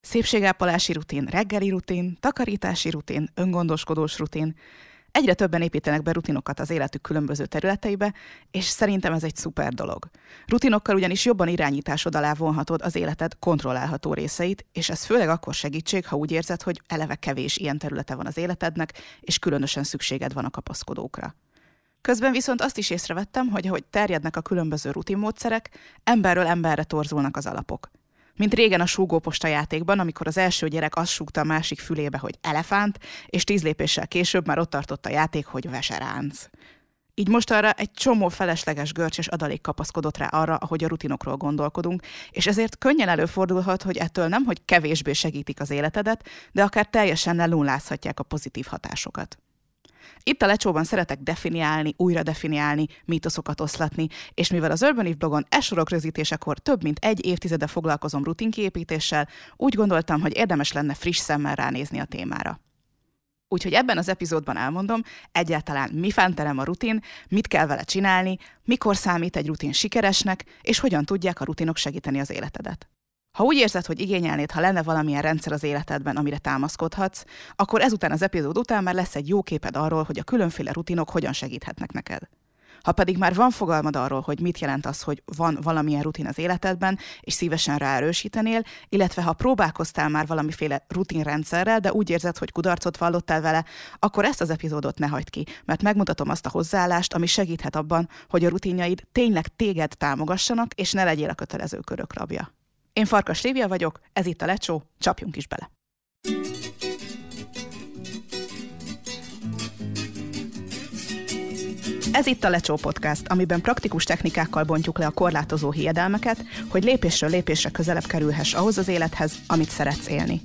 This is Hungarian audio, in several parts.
Szépségápolási rutin, reggeli rutin, takarítási rutin, öngondoskodós rutin. Egyre többen építenek be rutinokat az életük különböző területeibe, és szerintem ez egy szuper dolog. Rutinokkal ugyanis jobban irányításod alá vonhatod az életed kontrollálható részeit, és ez főleg akkor segítség, ha úgy érzed, hogy eleve kevés ilyen területe van az életednek, és különösen szükséged van a kapaszkodókra. Közben viszont azt is észrevettem, hogy ahogy terjednek a különböző rutinmódszerek, emberről emberre torzulnak az alapok. Mint régen a súgóposta játékban, amikor az első gyerek azt súgta a másik fülébe, hogy elefánt, és 10 lépéssel később már ott tartott a játék, hogy veseránc. Így mostanra egy csomó felesleges görcs és adalék kapaszkodott rá arra, ahogy a rutinokról gondolkodunk, és ezért könnyen előfordulhat, hogy ettől nem, hogy kevésbé segítik az életedet, de akár teljesen lenullázhatják a pozitív hatásokat. Itt a Lecsóban szeretek definiálni, újra definiálni, mítoszokat oszlatni, és mivel az Urban Eve blogon sorok rögzítésekor több mint 1 évtizede foglalkozom rutinkiépítéssel, úgy gondoltam, hogy érdemes lenne friss szemmel ránézni a témára. Úgyhogy ebben az epizódban elmondom, egyáltalán mi fánterem a rutin, mit kell vele csinálni, mikor számít egy rutin sikeresnek, és hogyan tudják a rutinok segíteni az életedet. Ha úgy érzed, hogy igényelnéd, ha lenne valamilyen rendszer az életedben, amire támaszkodhatsz, akkor ezután az epizód után már lesz egy jó képed arról, hogy a különféle rutinok hogyan segíthetnek neked. Ha pedig már van fogalmad arról, hogy mit jelent az, hogy van valamilyen rutin az életedben, és szívesen ráerősítenél, illetve ha próbálkoztál már valamiféle rutinrendszerrel, de úgy érzed, hogy kudarcot vallottál vele, akkor ezt az epizódot ne hagyd ki, mert megmutatom azt a hozzáállást, ami segíthet abban, hogy a rutinjaid tényleg téged támogassanak, és ne legyél a kötelező körök rabja. Én Farkas Lívia vagyok, ez itt a Lecsó, csapjunk is bele! Ez itt a Lecsó Podcast, amiben praktikus technikákkal bontjuk le a korlátozó hiedelmeket, hogy lépésről lépésre közelebb kerülhess ahhoz az élethez, amit szeretsz élni.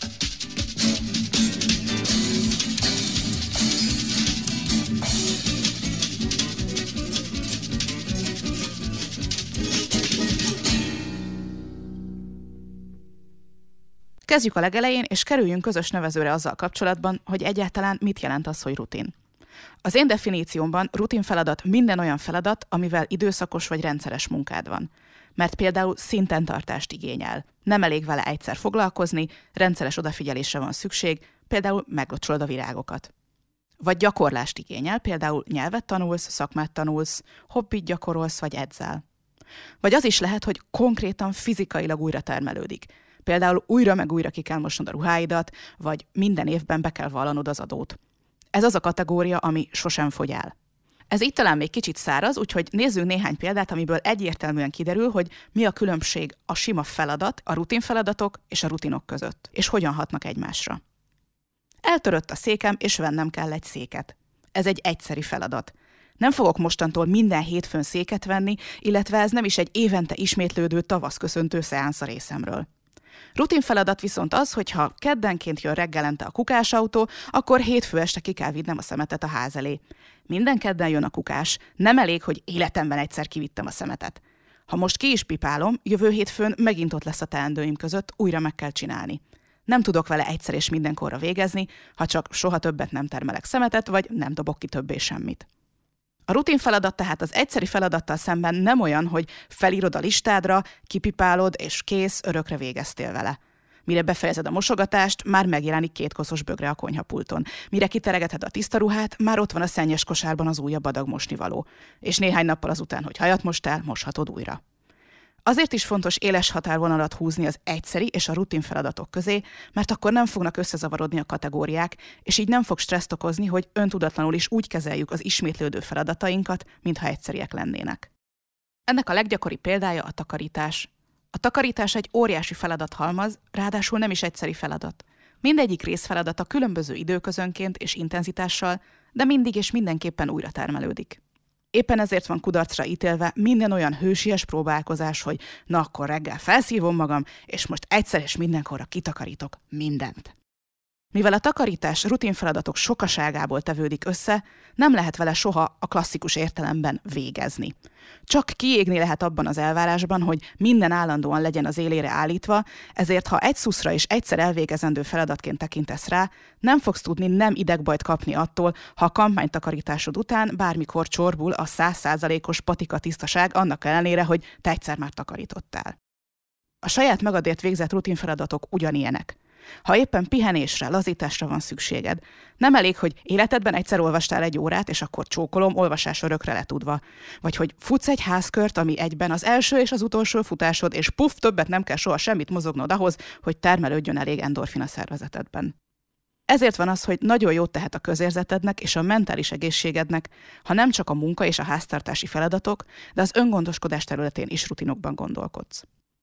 Kezdjük a legelején, és kerüljünk közös nevezőre azzal kapcsolatban, hogy egyáltalán mit jelent az, hogy rutin. Az én definíciómban rutin feladat minden olyan feladat, amivel időszakos vagy rendszeres munkád van. Mert például szintentartást igényel. Nem elég vele egyszer foglalkozni, rendszeres odafigyelésre van szükség, például meglocsolod a virágokat. Vagy gyakorlást igényel, például nyelvet tanulsz, szakmát tanulsz, hobbit gyakorolsz vagy edzel. Vagy az is lehet, hogy konkrétan fizikailag újra termelődik. Például újra meg újra ki kell mosnod a ruháidat, vagy minden évben be kell vallanod az adót. Ez az a kategória, ami sosem fogy el. Ez itt talán még kicsit száraz, úgyhogy nézzünk néhány példát, amiből egyértelműen kiderül, hogy mi a különbség a sima feladat, a rutinfeladatok és a rutinok között, és hogyan hatnak egymásra. Eltörött a székem, és vennem kell egy széket. Ez egy egyszeri feladat. Nem fogok mostantól minden hétfőn széket venni, illetve ez nem is egy évente ismétlődő tavaszköszöntő szeánsz a részemről. Rutin feladat viszont az, hogy ha keddenként jön reggelente a kukásautó, akkor hétfő este ki kell vinnem a szemetet a ház elé. Minden kedden jön a kukás, nem elég, hogy életemben egyszer kivittem a szemetet. Ha most ki is pipálom, jövő hétfőn megint ott lesz a teendőim között, újra meg kell csinálni. Nem tudok vele egyszer és mindenkorra végezni, ha csak soha többet nem termelek szemetet, vagy nem dobok ki többé semmit. A rutin feladat tehát az egyszeri feladattal szemben nem olyan, hogy felírod a listádra, kipipálod és kész, örökre végeztél vele. Mire befejezed a mosogatást, már megjelenik 2 koszos bögre a konyhapulton. Mire kiteregeted a tiszta ruhát, már ott van a szennyes kosárban az újabb adag mosnivaló. És néhány nappal azután, hogy hajat mostál, moshatod újra. Azért is fontos éles határvonalat húzni az egyszeri és a rutin feladatok közé, mert akkor nem fognak összezavarodni a kategóriák, és így nem fog stresszt okozni, hogy öntudatlanul is úgy kezeljük az ismétlődő feladatainkat, mintha egyszeriek lennének. Ennek a leggyakoribb példája a takarítás. A takarítás egy óriási feladathalmaz, ráadásul nem is egyszeri feladat. Mindegyik részfeladata különböző időközönként és intenzitással, de mindig és mindenképpen újra termelődik. Éppen ezért van kudarcra ítélve minden olyan hősies próbálkozás, hogy na akkor reggel felszívom magam, és most egyszer és mindenkorra kitakarítok mindent. Mivel a takarítás rutinfeladatok sokaságából tevődik össze, nem lehet vele soha a klasszikus értelemben végezni. Csak kiégni lehet abban az elvárásban, hogy minden állandóan legyen az élére állítva, ezért ha egy szuszra és egyszer elvégezendő feladatként tekintesz rá, nem fogsz tudni nem idegbajt kapni attól, ha a kampánytakarításod után bármikor csorbul a 100%-os patika tisztaság annak ellenére, hogy te egyszer már takarítottál. A saját magadért végzett rutinfeladatok ugyanilyenek. Ha éppen pihenésre, lazításra van szükséged, nem elég, hogy életedben egyszer olvastál 1 órát, és akkor csókolom, olvasás örökre letudva. Vagy hogy futsz egy házkört, ami egyben az első és az utolsó futásod, és puff, többet nem kell soha semmit mozognod ahhoz, hogy termelődjön elég endorfin a szervezetedben. Ezért van az, hogy nagyon jót tehet a közérzetednek és a mentális egészségednek, ha nem csak a munka és a háztartási feladatok, de az öngondoskodás területén is rutinokban gondolkodsz.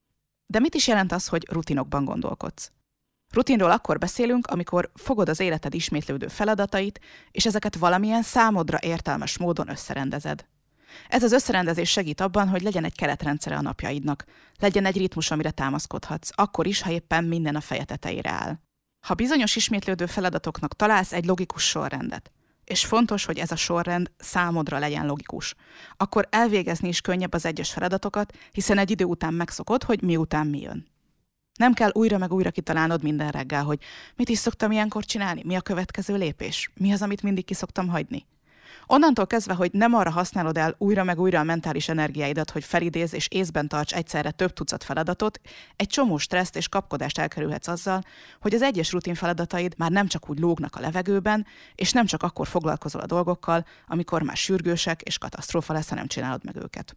De mit is jelent az, hogy rutinokban gondolkodsz? Rutinról akkor beszélünk, amikor fogod az életed ismétlődő feladatait, és ezeket valamilyen számodra értelmes módon összerendezed. Ez az összerendezés segít abban, hogy legyen egy keretrendszere a napjaidnak, legyen egy ritmus, amire támaszkodhatsz, akkor is, ha éppen minden a feje tetejére áll. Ha bizonyos ismétlődő feladatoknak találsz egy logikus sorrendet, és fontos, hogy ez a sorrend számodra legyen logikus, akkor elvégezni is könnyebb az egyes feladatokat, hiszen egy idő után megszokod, hogy miután mi jön. Nem kell újra meg újra kitalálnod minden reggel, hogy mit is szoktam ilyenkor csinálni, mi a következő lépés, mi az, amit mindig ki szoktam hagyni. Onnantól kezdve, hogy nem arra használod el újra meg újra a mentális energiáidat, hogy felidézz és észben tarts egyszerre több tucat feladatot, egy csomó stresszt és kapkodást elkerülhetsz azzal, hogy az egyes rutin feladataid már nem csak úgy lógnak a levegőben, és nem csak akkor foglalkozol a dolgokkal, amikor már sürgősek és katasztrófa lesz, ha nem csinálod meg őket.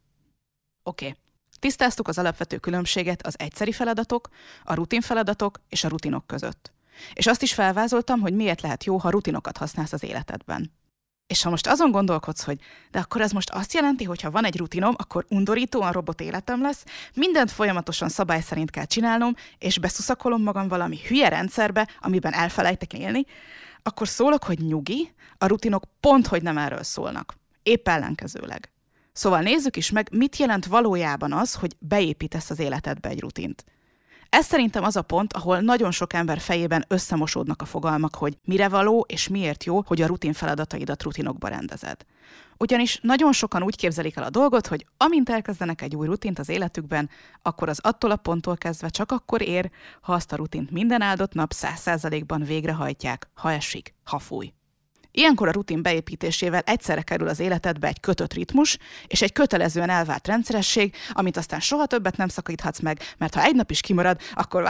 Oké. Tisztáztuk az alapvető különbséget az egyszeri feladatok, a rutin feladatok és a rutinok között. És azt is felvázoltam, hogy miért lehet jó, ha rutinokat használsz az életedben. És ha most azon gondolkodsz, hogy de akkor ez most azt jelenti, hogy ha van egy rutinom, akkor undorítóan robot életem lesz, mindent folyamatosan szabály szerint kell csinálnom, és beszuszakolom magam valami hülye rendszerbe, amiben elfelejtek élni, akkor szólok, hogy nyugi, a rutinok pont, hogy nem erről szólnak. Épp ellenkezőleg. Szóval nézzük is meg, mit jelent valójában az, hogy beépítesz az életedbe egy rutint. Ez szerintem az a pont, ahol nagyon sok ember fejében összemosódnak a fogalmak, hogy mire való és miért jó, hogy a rutin feladataidat rutinokba rendezed. Ugyanis nagyon sokan úgy képzelik el a dolgot, hogy amint elkezdenek egy új rutint az életükben, akkor az attól a ponttól kezdve csak akkor ér, ha azt a rutint minden áldott nap 100%-ban végrehajtják, ha esik, ha fúj. Ilyenkor a rutin beépítésével egyszerre kerül az életedbe egy kötött ritmus és egy kötelezően elvárt rendszeresség, amit aztán soha többet nem szakíthatsz meg, mert ha egy nap is kimarad, akkor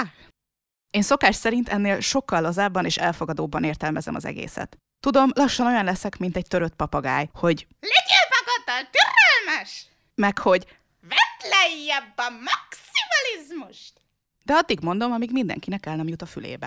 Én szokás szerint ennél sokkal lazábban és elfogadóbban értelmezem az egészet. Tudom, lassan olyan leszek, mint egy törött papagáj, hogy legyél magaddal türelmes! Meg hogy vedd lejjebb a maximalizmust! De addig mondom, amíg mindenkinek el nem jut a fülébe.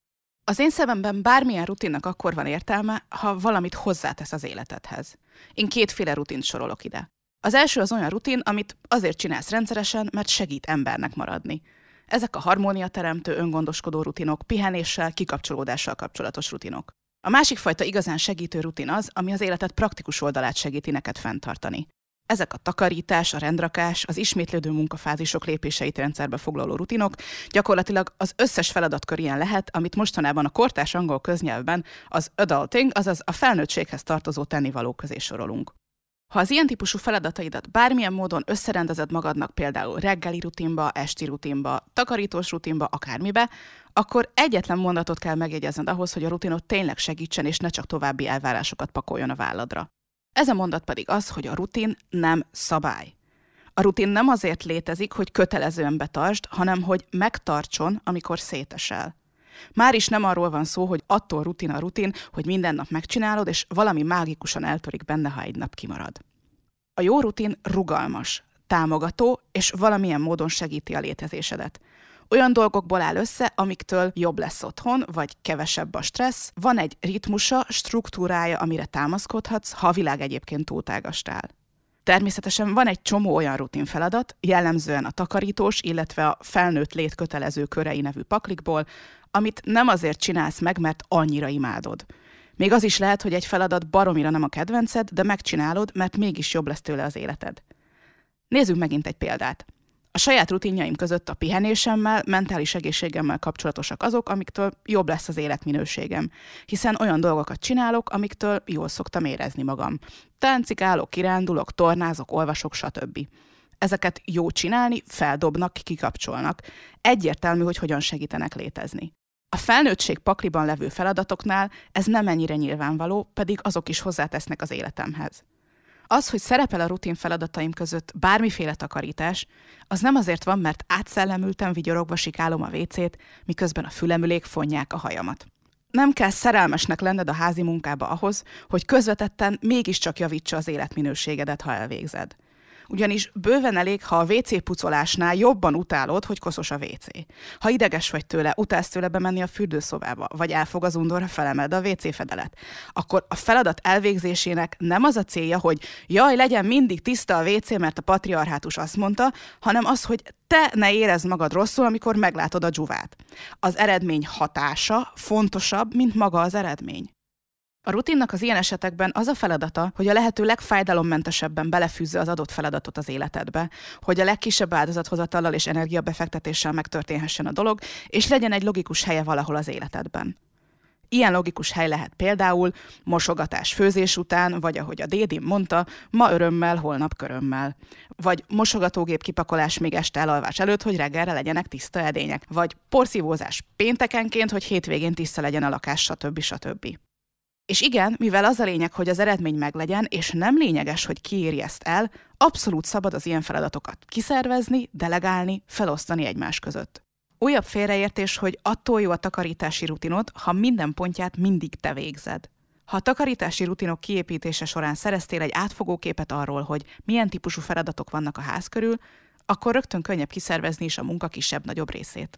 Az én szememben bármilyen rutinnak akkor van értelme, ha valamit hozzátesz az életedhez. Én 2 rutint sorolok ide. Az első az olyan rutin, amit azért csinálsz rendszeresen, mert segít embernek maradni. Ezek a harmóniateremtő, öngondoskodó rutinok, pihenéssel, kikapcsolódással kapcsolatos rutinok. A másik fajta igazán segítő rutin az, ami az életed praktikus oldalát segíti neked fenntartani. Ezek a takarítás, a rendrakás, az ismétlődő munkafázisok lépéseit rendszerbe foglaló rutinok, gyakorlatilag az összes feladatkör ilyen lehet, amit mostanában a kortárs angol köznyelvben az adulting, azaz a felnőttséghez tartozó tennivalók közé sorolunk. Ha az ilyen típusú feladataidat bármilyen módon összerendezed magadnak például reggeli rutinba, esti rutinba, takarítós rutinba, akármibe, akkor egyetlen mondatot kell megjegyezned ahhoz, hogy a rutinot tényleg segítsen és ne csak további elvárásokat pakoljon a válladra. Ez a mondat pedig az, hogy a rutin nem szabály. A rutin nem azért létezik, hogy kötelezően betartsd, hanem hogy megtartson, amikor szétesel. Már is nem arról van szó, hogy attól rutin a rutin, hogy minden nap megcsinálod, és valami mágikusan eltörik benne, ha egy nap kimarad. A jó rutin rugalmas, támogató, és valamilyen módon segíti a létezésedet. Olyan dolgokból áll össze, amiktől jobb lesz otthon, vagy kevesebb a stressz, van egy ritmusa, struktúrája, amire támaszkodhatsz, ha a világ egyébként túltágastál. Természetesen van egy csomó olyan rutin feladat, jellemzően a takarítós, illetve a felnőtt lét kötelező körei nevű paklikból, amit nem azért csinálsz meg, mert annyira imádod. Még az is lehet, hogy egy feladat baromira nem a kedvenced, de megcsinálod, mert mégis jobb lesz tőle az életed. Nézzük megint egy példát. A saját rutinjaim között a pihenésemmel, mentális egészségemmel kapcsolatosak azok, amiktől jobb lesz az életminőségem, hiszen olyan dolgokat csinálok, amiktől jól szoktam érezni magam. Táncikálok, kirándulok, tornázok, olvasok, stb. Ezeket jó csinálni, feldobnak, kikapcsolnak. Egyértelmű, hogy hogyan segítenek létezni. A felnőttség pakliban levő feladatoknál ez nem ennyire nyilvánvaló, pedig azok is hozzátesznek az életemhez. Az, hogy szerepel a rutin feladataim között bármiféle takarítás, az nem azért van, mert átszellemülten vigyorogva sikálom a vécét, miközben a fülemülék fonják a hajamat. Nem kell szerelmesnek lenned a házi munkába ahhoz, hogy közvetetten mégiscsak javítsa az életminőségedet, ha elvégzed. Ugyanis bőven elég, ha a WC pucolásnál jobban utálod, hogy koszos a WC. Ha ideges vagy tőle, utálsz tőle bemenni a fürdőszobába, vagy elfog az undor, ha felemeld a WC fedelet, akkor a feladat elvégzésének nem az a célja, hogy jaj, legyen mindig tiszta a WC, mert a patriarhátus azt mondta, hanem az, hogy te ne érezd magad rosszul, amikor meglátod a dzsuvát. Az eredmény hatása fontosabb, mint maga az eredmény. A rutinnak az ilyen esetekben az a feladata, hogy a lehető legfájdalommentesebben belefűzze az adott feladatot az életedbe, hogy a legkisebb áldozathozatallal és energiabefektetéssel megtörténhessen a dolog, és legyen egy logikus helye valahol az életedben. Ilyen logikus hely lehet például mosogatás főzés után, vagy ahogy a dédim mondta, ma örömmel, holnap körömmel. Vagy mosogatógép kipakolás még este elalvás előtt, hogy reggelre legyenek tiszta edények. Vagy porszívózás péntekenként, hogy hétvégén tiszta legyen a lakás, stb. És igen, mivel az a lényeg, hogy az eredmény meglegyen, és nem lényeges, hogy ki éri ezt el, abszolút szabad az ilyen feladatokat kiszervezni, delegálni, felosztani egymás között. Újabb félreértés, hogy attól jó a takarítási rutinod, ha minden pontját mindig te végzed. Ha a takarítási rutinok kiépítése során szereztél egy átfogó képet arról, hogy milyen típusú feladatok vannak a ház körül, akkor rögtön könnyebb kiszervezni is a munka kisebb-nagyobb részét.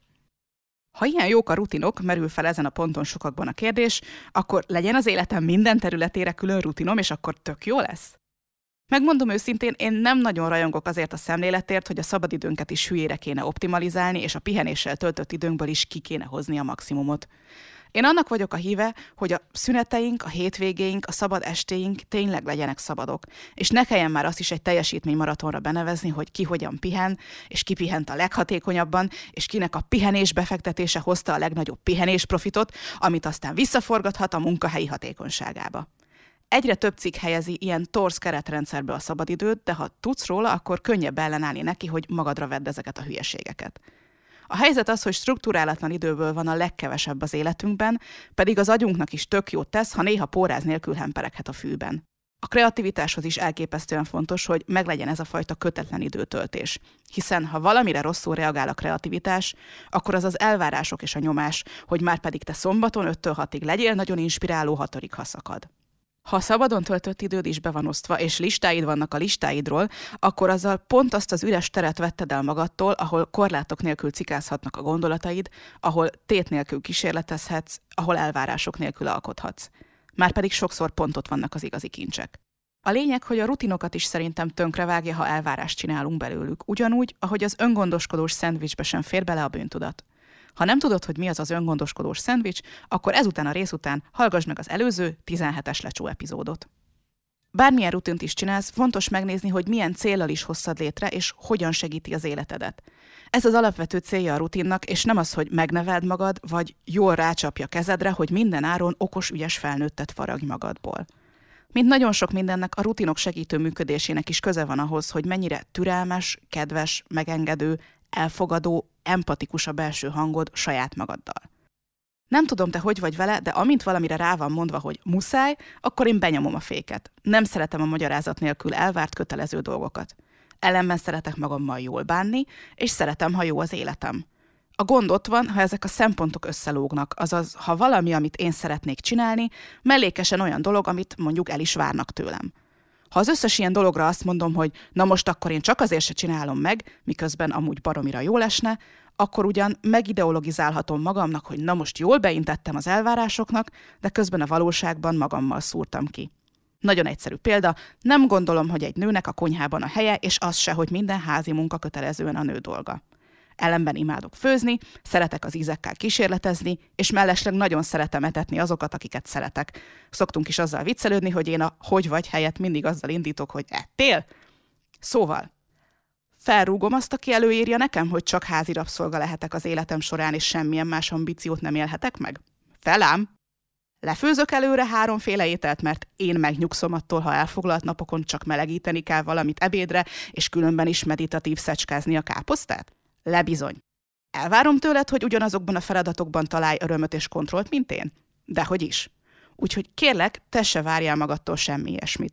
Ha ilyen jók a rutinok, merül fel ezen a ponton sokakban a kérdés, akkor legyen az életem minden területére külön rutinom, és akkor tök jó lesz? Megmondom őszintén, én nem nagyon rajongok azért a szemléletért, hogy a szabadidőnket is hülyére kéne optimalizálni, és a pihenéssel töltött időnkből is ki kéne hozni a maximumot. Én annak vagyok a híve, hogy a szüneteink, a hétvégéink, a szabad estéink tényleg legyenek szabadok, és ne kelljen már azt is egy teljesítménymaratonra benevezni, hogy ki hogyan pihen, és ki pihent a leghatékonyabban, és kinek a pihenés befektetése hozta a legnagyobb pihenés profitot, amit aztán visszaforgathat a munkahelyi hatékonyságába. Egyre több cikk helyezi ilyen torz keretrendszerbe a szabadidőt, de ha tudsz róla, akkor könnyebb ellenállni neki, hogy magadra vedd ezeket a hülyeségeket. A helyzet az, hogy strukturálatlan időből van a legkevesebb az életünkben, pedig az agyunknak is tök jót tesz, ha néha póráz nélkül hempereghet a fűben. A kreativitáshoz is elképesztően fontos, hogy meglegyen ez a fajta kötetlen időtöltés. Hiszen ha valamire rosszul reagál a kreativitás, akkor az az elvárások és a nyomás, hogy már pedig te szombaton 5-től 6-ig legyél nagyon inspiráló, 6-ig szakad. Ha szabadon töltött időd is be van osztva, és listáid vannak a listáidról, akkor azzal pont azt az üres teret vetted el magadtól, ahol korlátok nélkül cikázhatnak a gondolataid, ahol tét nélkül kísérletezhetsz, ahol elvárások nélkül alkothatsz. Márpedig sokszor pont ott vannak az igazi kincsek. A lényeg, hogy a rutinokat is szerintem tönkrevágja, ha elvárást csinálunk belőlük, ugyanúgy, ahogy az öngondoskodós szendvicsbe sem fér bele a bűntudat. Ha nem tudod, hogy mi az az öngondoskodós szendvics, akkor ezután a rész után hallgass meg az előző 17-es lecsó epizódot. Bármilyen rutint is csinálsz, fontos megnézni, hogy milyen céllal is hoztad létre, és hogyan segíti az életedet. Ez az alapvető célja a rutinnak, és nem az, hogy megneveld magad, vagy jól rácsapja kezedre, hogy minden áron okos, ügyes felnőttet faragj magadból. Mint nagyon sok mindennek, a rutinok segítő működésének is köze van ahhoz, hogy mennyire türelmes, kedves, megengedő, elfogadó, empatikus a belső hangod saját magaddal. Nem tudom, te hogy vagy vele, de amint valamire rá van mondva, hogy muszáj, akkor én benyomom a féket. Nem szeretem a magyarázat nélkül elvárt kötelező dolgokat. Ellenben szeretek magammal jól bánni, és szeretem, ha jó az életem. A gond ott van, ha ezek a szempontok összelógnak, azaz, ha valami, amit én szeretnék csinálni, mellékesen olyan dolog, amit mondjuk el is várnak tőlem. Ha az összes ilyen dologra azt mondom, hogy na most akkor én csak azért se csinálom meg, miközben amúgy baromira jól esne, akkor ugyan megideologizálhatom magamnak, hogy na most jól beintettem az elvárásoknak, de közben a valóságban magammal szúrtam ki. Nagyon egyszerű példa, nem gondolom, hogy egy nőnek a konyhában a helye, és az se, hogy minden házi munka kötelezően a nő dolga. Ellenben imádok főzni, szeretek az ízekkel kísérletezni, és mellesleg nagyon szeretem etetni azokat, akiket szeretek. Szoktunk is azzal viccelődni, hogy én a hogy vagy helyett mindig azzal indítok, hogy ettél? Szóval, felrúgom azt, aki előírja nekem, hogy csak házi rabszolga lehetek az életem során, és semmilyen más ambíciót nem élhetek meg? Felám! Lefőzök előre 3 ételt, mert én megnyugszom attól, ha elfoglalt napokon csak melegíteni kell valamit ebédre, és különben is meditatív szecskázni a káposztát? Lebizony. Elvárom tőled, hogy ugyanazokban a feladatokban találj örömöt és kontrollt, mint én? Dehogy is. Úgyhogy kérlek, te se várjál magadtól semmi ilyesmit.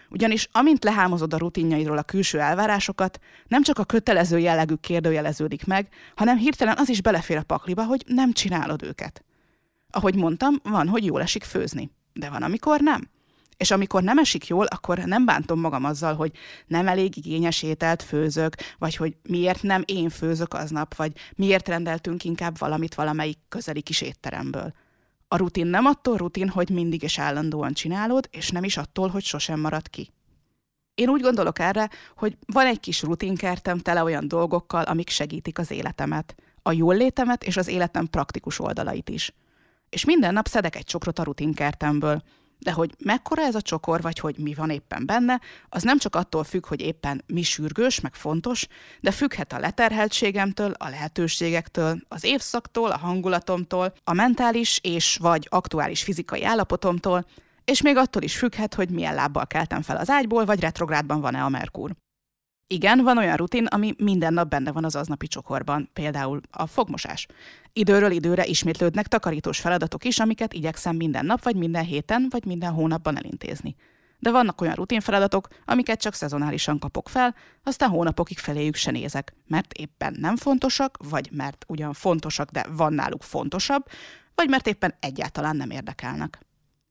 Ugyanis amint lehámozod a rutinjaidról a külső elvárásokat, nem csak a kötelező jellegük kérdőjeleződik meg, hanem hirtelen az is belefér a pakliba, hogy nem csinálod őket. Ahogy mondtam, van, hogy jól esik főzni, de van, amikor nem. És amikor nem esik jól, akkor nem bántom magam azzal, hogy nem elég igényes ételt főzök, vagy hogy miért nem én főzök aznap, vagy miért rendeltünk inkább valamit valamelyik közeli kis étteremből. A rutin nem attól rutin, hogy mindig és állandóan csinálod, és nem is attól, hogy sosem marad ki. Én úgy gondolok erre, hogy van egy kis rutinkertem tele olyan dolgokkal, amik segítik az életemet, a jóllétemet és az életem praktikus oldalait is. És minden nap szedek egy csokrot a rutinkertemből. De hogy mekkora ez a csokor, vagy hogy mi van éppen benne, az nem csak attól függ, hogy éppen mi sürgős, meg fontos, de függhet a leterheltségemtől, a lehetőségektől, az évszaktól, a hangulatomtól, a mentális és vagy aktuális fizikai állapotomtól, és még attól is függhet, hogy milyen lábbal keltem fel az ágyból, vagy retrográdban van-e a Merkur. Igen, van olyan rutin, ami minden nap benne van az aznapi csokorban, például a fogmosás. Időről időre ismétlődnek takarítós feladatok is, amiket igyekszem minden nap, vagy minden héten, vagy minden hónapban elintézni. De vannak olyan rutinfeladatok, amiket csak szezonálisan kapok fel, aztán hónapokig feléjük se nézek, mert éppen nem fontosak, vagy mert ugyan fontosak, de van náluk fontosabb, vagy mert éppen egyáltalán nem érdekelnek.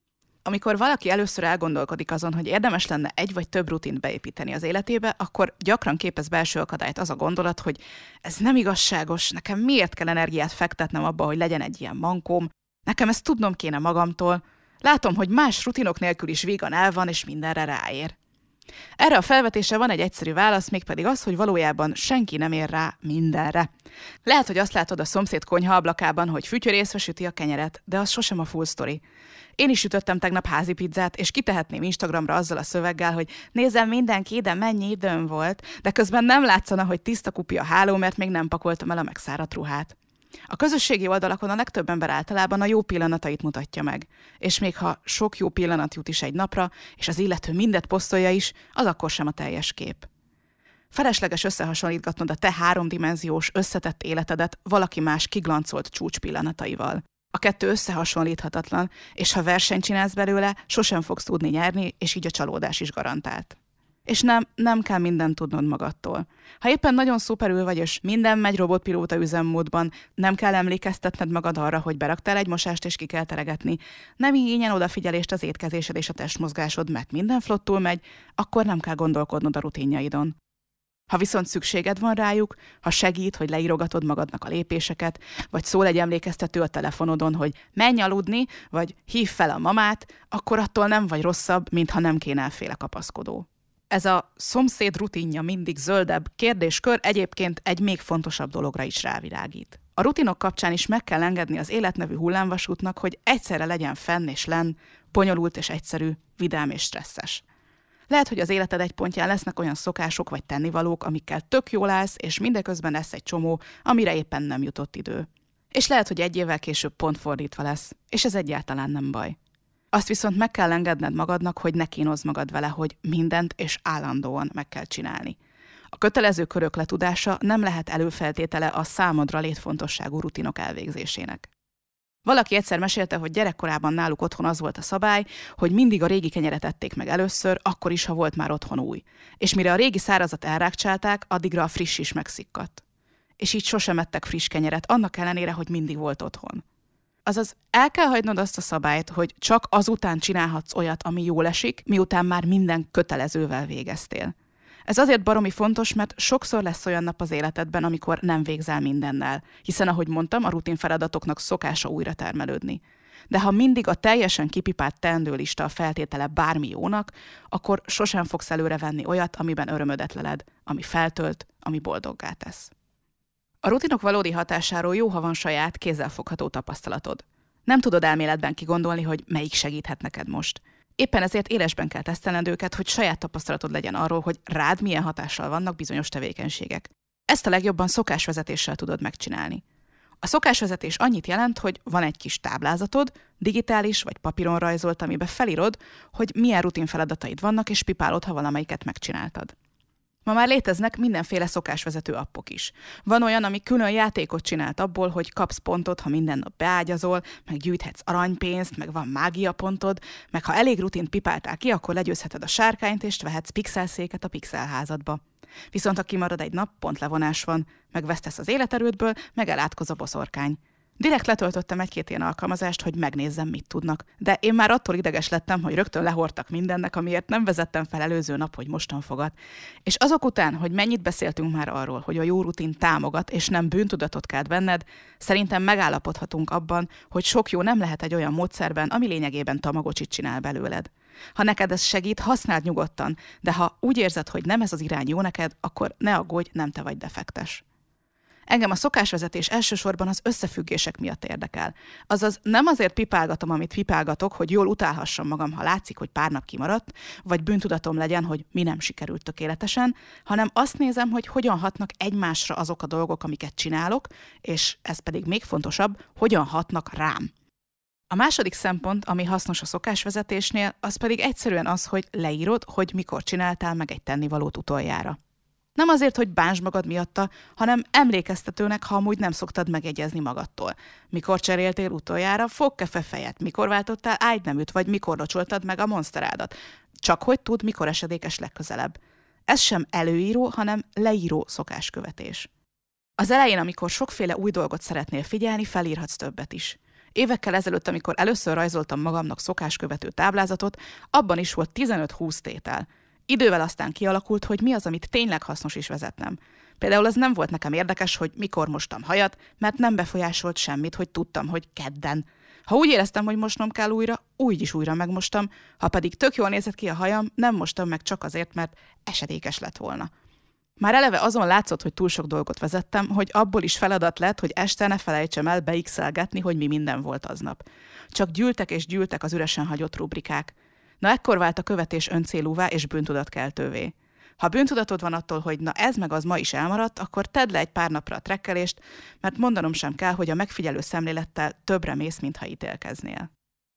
Amikor valaki először elgondolkodik azon, hogy érdemes lenne egy vagy több rutint beépíteni az életébe, akkor gyakran képez belső akadályt az a gondolat, hogy ez nem igazságos, nekem miért kell energiát fektetnem abba, hogy legyen egy ilyen mankóm, nekem ezt tudnom kéne magamtól, látom, hogy más rutinok nélkül is vígan el van, és mindenre ráér. Erre a felvetésre van egy egyszerű válasz, mégpedig az, hogy valójában senki nem ér rá mindenre. Lehet, hogy azt látod a szomszéd konyha ablakában, hogy fütyörészve süti a kenyeret, de az sosem a full story. Én is sütöttem tegnap házi pizzát, és kitehetném Instagramra azzal a szöveggel, hogy nézem mindenki, de mennyi időm volt, de közben nem látszana, hogy tiszta kupi a háló, mert még nem pakoltam el a megszáradt ruhát. A közösségi oldalakon a legtöbb ember általában a jó pillanatait mutatja meg, és még ha sok jó pillanat jut is egy napra, és az illető mindet posztolja is, az akkor sem a teljes kép. Felesleges összehasonlítgatnod a te háromdimenziós, összetett életedet valaki más kiglancolt csúcs pillanataival. A kettő összehasonlíthatatlan, és ha versenyt csinálsz belőle, sosem fogsz tudni nyerni, és így a csalódás is garantált. És nem kell mindent tudnod magadtól. Ha éppen nagyon szuperül vagy, és minden megy robotpilóta üzemmódban, nem kell emlékeztetned magad arra, hogy beraktál egy mosást, és ki kell teregetni. Nem ingyen odafigyelést az étkezésed és a testmozgásod, mert minden flottul megy, akkor nem kell gondolkodnod a rutinjaidon. Ha viszont szükséged van rájuk, ha segít, hogy leírogatod magadnak a lépéseket, vagy szól egy emlékeztető a telefonodon, hogy menj aludni, vagy hívd fel a mamát, akkor attól nem vagy rosszabb, mintha nem kéne elféle kapaszkodó. Ez a szomszéd rutinja mindig zöldebb kérdéskör egyébként egy még fontosabb dologra is rávilágít. A rutinok kapcsán is meg kell engedni az életnevű hullámvasútnak, hogy egyszerre legyen fenn és lenn, bonyolult és egyszerű, vidám és stresszes. Lehet, hogy az életed egy pontján lesznek olyan szokások vagy tennivalók, amikkel tök jól állsz, és mindeközben lesz egy csomó, amire éppen nem jutott idő. És lehet, hogy egy évvel később pont fordítva lesz, és ez egyáltalán nem baj. Azt viszont meg kell engedned magadnak, hogy ne kínozz magad vele, hogy mindent és állandóan meg kell csinálni. A kötelező körök letudása nem lehet előfeltétele a számodra létfontosságú rutinok elvégzésének. Valaki egyszer mesélte, hogy gyerekkorában náluk otthon az volt a szabály, hogy mindig a régi kenyeret ették meg először, akkor is, ha volt már otthon új. És mire a régi szárazat elrákcsálták, addigra a friss is megszikkadt. És így sosem ettek friss kenyeret, annak ellenére, hogy mindig volt otthon. Azaz el kell hagynod azt a szabályt, hogy csak azután csinálhatsz olyat, ami jól esik, miután már minden kötelezővel végeztél. Ez azért baromi fontos, mert sokszor lesz olyan nap az életedben, amikor nem végzel mindennel, hiszen, ahogy mondtam, a rutin feladatoknak szokása újra termelődni. De ha mindig a teljesen kipipált teendőlista a feltétele bármi jónak, akkor sosem fogsz előrevenni olyat, amiben örömödet leled, ami feltölt, ami boldoggá tesz. A rutinok valódi hatásáról jó, ha van saját, kézzelfogható tapasztalatod. Nem tudod elméletben kigondolni, hogy melyik segíthet neked most. Éppen ezért élesben kell tesztelned őket, hogy saját tapasztalatod legyen arról, hogy rád milyen hatással vannak bizonyos tevékenységek. Ezt a legjobban szokásvezetéssel tudod megcsinálni. A szokásvezetés annyit jelent, hogy van egy kis táblázatod, digitális vagy papíron rajzolt, amiben felírod, hogy milyen rutin feladataid vannak, és pipálod, ha valamelyiket megcsináltad. Ma már léteznek mindenféle szokásvezető appok is. Van olyan, ami külön játékot csinált abból, hogy kapsz pontot, ha minden nap beágyazol, meg gyűjthetsz aranypénzt, meg van mágiapontod, meg ha elég rutint pipáltál ki, akkor legyőzheted a sárkányt, és vehetsz pixelszéket a pixelházadba. Viszont ha kimarad egy nap, pontlevonás van, meg vesztesz az életerődből, meg elátkoz a boszorkány. Direkt letöltöttem egy-két ilyen alkalmazást, hogy megnézzem, mit tudnak. De én már attól ideges lettem, hogy rögtön lehordtak mindennek, amiért nem vezettem fel előző nap, hogy mostan fogad. És azok után, hogy mennyit beszéltünk már arról, hogy a jó rutin támogat, és nem bűntudatot kelt benned, szerintem megállapodhatunk abban, hogy sok jó nem lehet egy olyan módszerben, ami lényegében tamagocsit csinál belőled. Ha neked ez segít, használd nyugodtan, de ha úgy érzed, hogy nem ez az irány jó neked, akkor ne aggódj, nem te vagy defektes. Engem a szokásvezetés elsősorban az összefüggések miatt érdekel. Azaz nem azért pipálgatom, amit pipálgatok, hogy jól utálhassam magam, ha látszik, hogy pár nap kimaradt, vagy bűntudatom legyen, hogy mi nem sikerült tökéletesen, hanem azt nézem, hogy hogyan hatnak egymásra azok a dolgok, amiket csinálok, és ez pedig még fontosabb, hogyan hatnak rám. A második szempont, ami hasznos a szokásvezetésnél, az pedig egyszerűen az, hogy leírod, hogy mikor csináltál meg egy tennivalót utoljára. Nem azért, hogy bánsd magad miatta, hanem emlékeztetőnek, ha amúgy nem szoktad megjegyezni magadtól. Mikor cseréltél utoljára fogkefe fejet, mikor váltottál ágyneműt, vagy mikor locsoltad meg a monsterádat. Csak hogy tudd, mikor esedékes legközelebb. Ez sem előíró, hanem leíró szokáskövetés. Az elején, amikor sokféle új dolgot szeretnél figyelni, felírhatsz többet is. Évekkel ezelőtt, amikor először rajzoltam magamnak szokáskövető táblázatot, abban is volt 15-20 tétel. Idővel aztán kialakult, hogy mi az, amit tényleg hasznos is vezetnem. Például az nem volt nekem érdekes, hogy mikor mostam hajat, mert nem befolyásolt semmit, hogy tudtam, hogy kedden. Ha úgy éreztem, hogy mosnom kell újra, úgy is újra megmostam, ha pedig tök jól nézett ki a hajam, nem mostam meg csak azért, mert esedékes lett volna. Már eleve azon látszott, hogy túl sok dolgot vezettem, hogy abból is feladat lett, hogy este ne felejtsem el beixelgetni, hogy mi minden volt aznap. Csak gyűltek és gyűltek az üresen hagyott rubrikák. Na ekkor vált a követés öncélúvá és bűntudatkeltővé. Ha bűntudatod van attól, hogy na ez meg az ma is elmaradt, akkor tedd le egy pár napra a trekkelést, mert mondanom sem kell, hogy a megfigyelő szemlélettel többre mész, mintha ítélkeznél.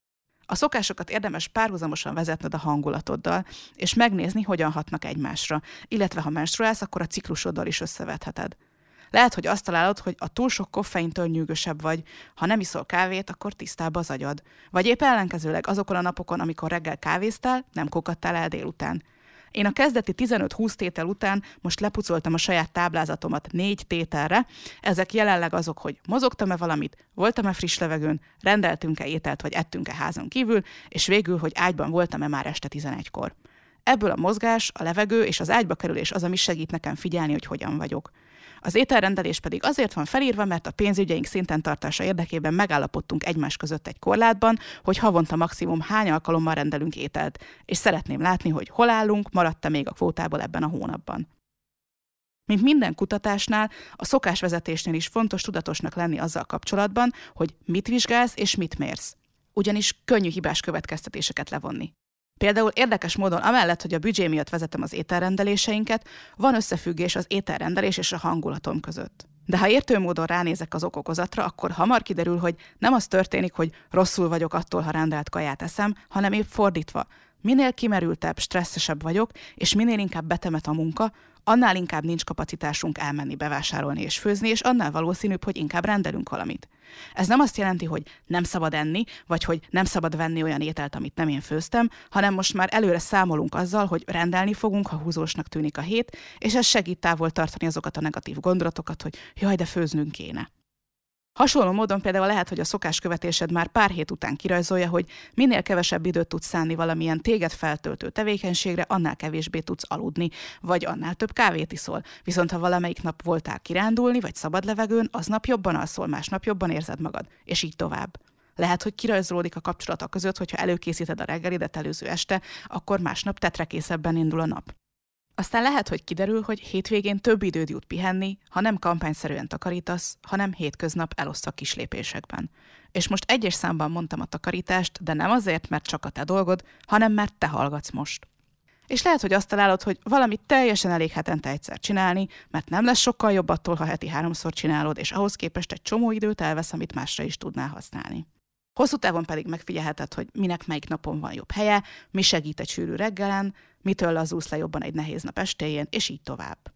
A szokásokat érdemes párhuzamosan vezetned a hangulatoddal, és megnézni, hogyan hatnak egymásra, illetve ha menstruálsz, akkor a ciklusoddal is összevetheted. Lehet, hogy azt találod, hogy a túl sok koffeintől nyűgösebb vagy, ha nem iszol kávét, akkor tisztább az agyad. Vagy épp ellenkezőleg azokon a napokon, amikor reggel kávéztál, nem kokadtál el délután. Én a kezdeti 15-20 tétel után most lepucoltam a saját táblázatomat 4 tételre. Ezek jelenleg azok, hogy mozogtam-e valamit, voltam-e friss levegőn, rendeltünk-e ételt vagy ettünk-e házon kívül, és végül, hogy ágyban voltam-e már este 11-kor. Ebből a mozgás, a levegő és az ágyba kerülés az, ami segít nekem figyelni, hogy hogyan vagyok. Az ételrendelés pedig azért van felírva, mert a pénzügyeink szinten tartása érdekében megállapodtunk egymás között egy korlátban, hogy havonta maximum hány alkalommal rendelünk ételt, és szeretném látni, hogy hol állunk, maradt-e még a kvótából ebben a hónapban. Mint minden kutatásnál, a szokásvezetésnél is fontos tudatosnak lenni azzal kapcsolatban, hogy mit vizsgálsz és mit mérsz. Ugyanis könnyű hibás következtetéseket levonni. Például érdekes módon amellett, hogy a büdzsé miatt vezetem az ételrendeléseinket, van összefüggés az ételrendelés és a hangulatom között. De ha értő módon ránézek az ok-okozatra, akkor hamar kiderül, hogy nem az történik, hogy rosszul vagyok attól, ha rendelt kaját eszem, hanem épp fordítva. Minél kimerültebb, stresszesebb vagyok, és minél inkább betemet a munka, annál inkább nincs kapacitásunk elmenni bevásárolni és főzni, és annál valószínűbb, hogy inkább rendelünk valamit. Ez nem azt jelenti, hogy nem szabad enni, vagy hogy nem szabad venni olyan ételt, amit nem én főztem, hanem most már előre számolunk azzal, hogy rendelni fogunk, ha húzósnak tűnik a hét, és ez segít távol tartani azokat a negatív gondolatokat, hogy jaj, de főznünk kéne. Hasonló módon például lehet, hogy a szokáskövetésed már pár hét után kirajzolja, hogy minél kevesebb időt tudsz szánni valamilyen téged feltöltő tevékenységre, annál kevésbé tudsz aludni, vagy annál több kávét iszol. Viszont ha valamelyik nap voltál kirándulni, vagy szabad levegőn, aznap jobban alszol, másnap jobban érzed magad, és így tovább. Lehet, hogy kirajzolódik a kapcsolata között, hogyha előkészíted a reggelidet előző este, akkor másnap tetrekészebben indul a nap. Aztán lehet, hogy kiderül, hogy hétvégén több időd jut pihenni, ha nem kampányszerűen takarítasz, hanem hétköznap elosztva kis lépésekben. És most egyes számban mondtam a takarítást, de nem azért, mert csak a te dolgod, hanem mert te hallgatsz most. És lehet, hogy azt találod, hogy valamit teljesen elég hetente egyszer csinálni, mert nem lesz sokkal jobb attól, ha heti 3-szor csinálod, és ahhoz képest egy csomó időt elvesz, amit másra is tudnál használni. Hosszú távon pedig megfigyelheted, hogy minek melyik napon van jobb helye, mi segít egy sűrű reggelen, mitől lazulsz le jobban egy nehéz nap estéjén, és így tovább.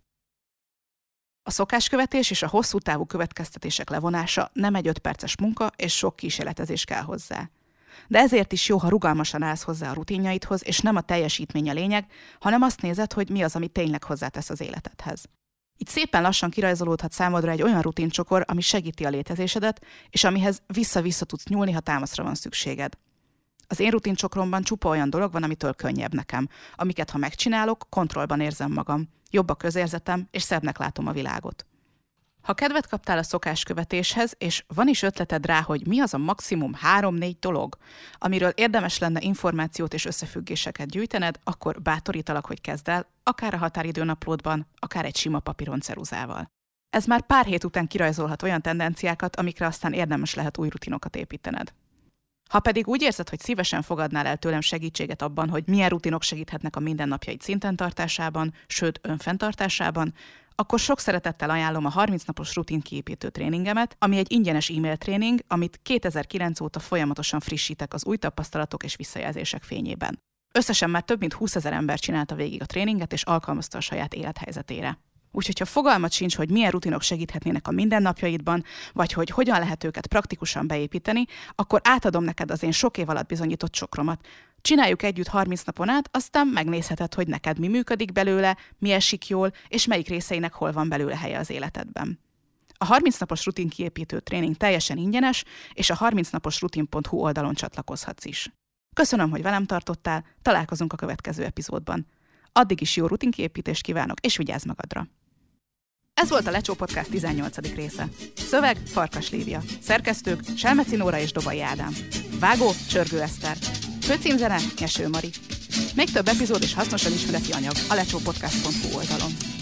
A szokáskövetés és a hosszú távú következtetések levonása nem egy 5 perces munka, és sok kísérletezés kell hozzá. De ezért is jó, ha rugalmasan állsz hozzá a rutinjaidhoz, és nem a teljesítmény a lényeg, hanem azt nézed, hogy mi az, ami tényleg hozzátesz az életedhez. Így szépen lassan kirajzolódhat számodra egy olyan rutincsokor, ami segíti a létezésedet, és amihez vissza-vissza tudsz nyúlni, ha támaszra van szükséged. Az én rutincsokromban csupa olyan dolog van, amitől könnyebb nekem, amiket ha megcsinálok, kontrollban érzem magam, jobb a közérzetem, és szebbnek látom a világot. Ha kedvet kaptál a szokáskövetéshez, és van is ötleted rá, hogy mi az a maximum 3-4 dolog, amiről érdemes lenne információt és összefüggéseket gyűjtened, akkor bátorítalak, hogy kezd el, akár a határidőnaplódban, akár egy sima papíron ceruzával. Ez már pár hét után kirajzolhat olyan tendenciákat, amikre aztán érdemes lehet új rutinokat építened. Ha pedig úgy érzed, hogy szívesen fogadnál el tőlem segítséget abban, hogy milyen rutinok segíthetnek a mindennapjaid szinten tartásában, sőt önfenntartásában, akkor sok szeretettel ajánlom a 30 napos rutinkiépítő tréningemet, ami egy ingyenes e-mail tréning, amit 2009 óta folyamatosan frissítek az új tapasztalatok és visszajelzések fényében. Összesen már több mint 20 000 ember csinálta végig a tréninget és alkalmazta a saját élethelyzetére. Úgyhogy ha fogalmat sincs, hogy milyen rutinok segíthetnének a mindennapjaidban, vagy hogy hogyan lehet őket praktikusan beépíteni, akkor átadom neked az én sok év alatt bizonyított csokromat. Csináljuk együtt 30 napon át, aztán megnézheted, hogy neked mi működik belőle, mi esik jól, és melyik részeinek hol van belőle helye az életedben. A 30 napos rutinkiépítő tréning teljesen ingyenes, és a 30naposrutin.hu oldalon csatlakozhatsz is. Köszönöm, hogy velem tartottál, találkozunk a következő epizódban. Addig is jó rutinkiépítést kívánok, és vigyázz magadra! Ez volt a Lecsó Podcast 18. része. Szöveg Farkas Lívia. Szerkesztők Selmeci Nóra és Dobai Ádám. Vágó Csörgő Eszter. Főcímzene Nyeső Mari. Még több epizód és hasznosan ismereti anyag a lecsópodcast.hu oldalon.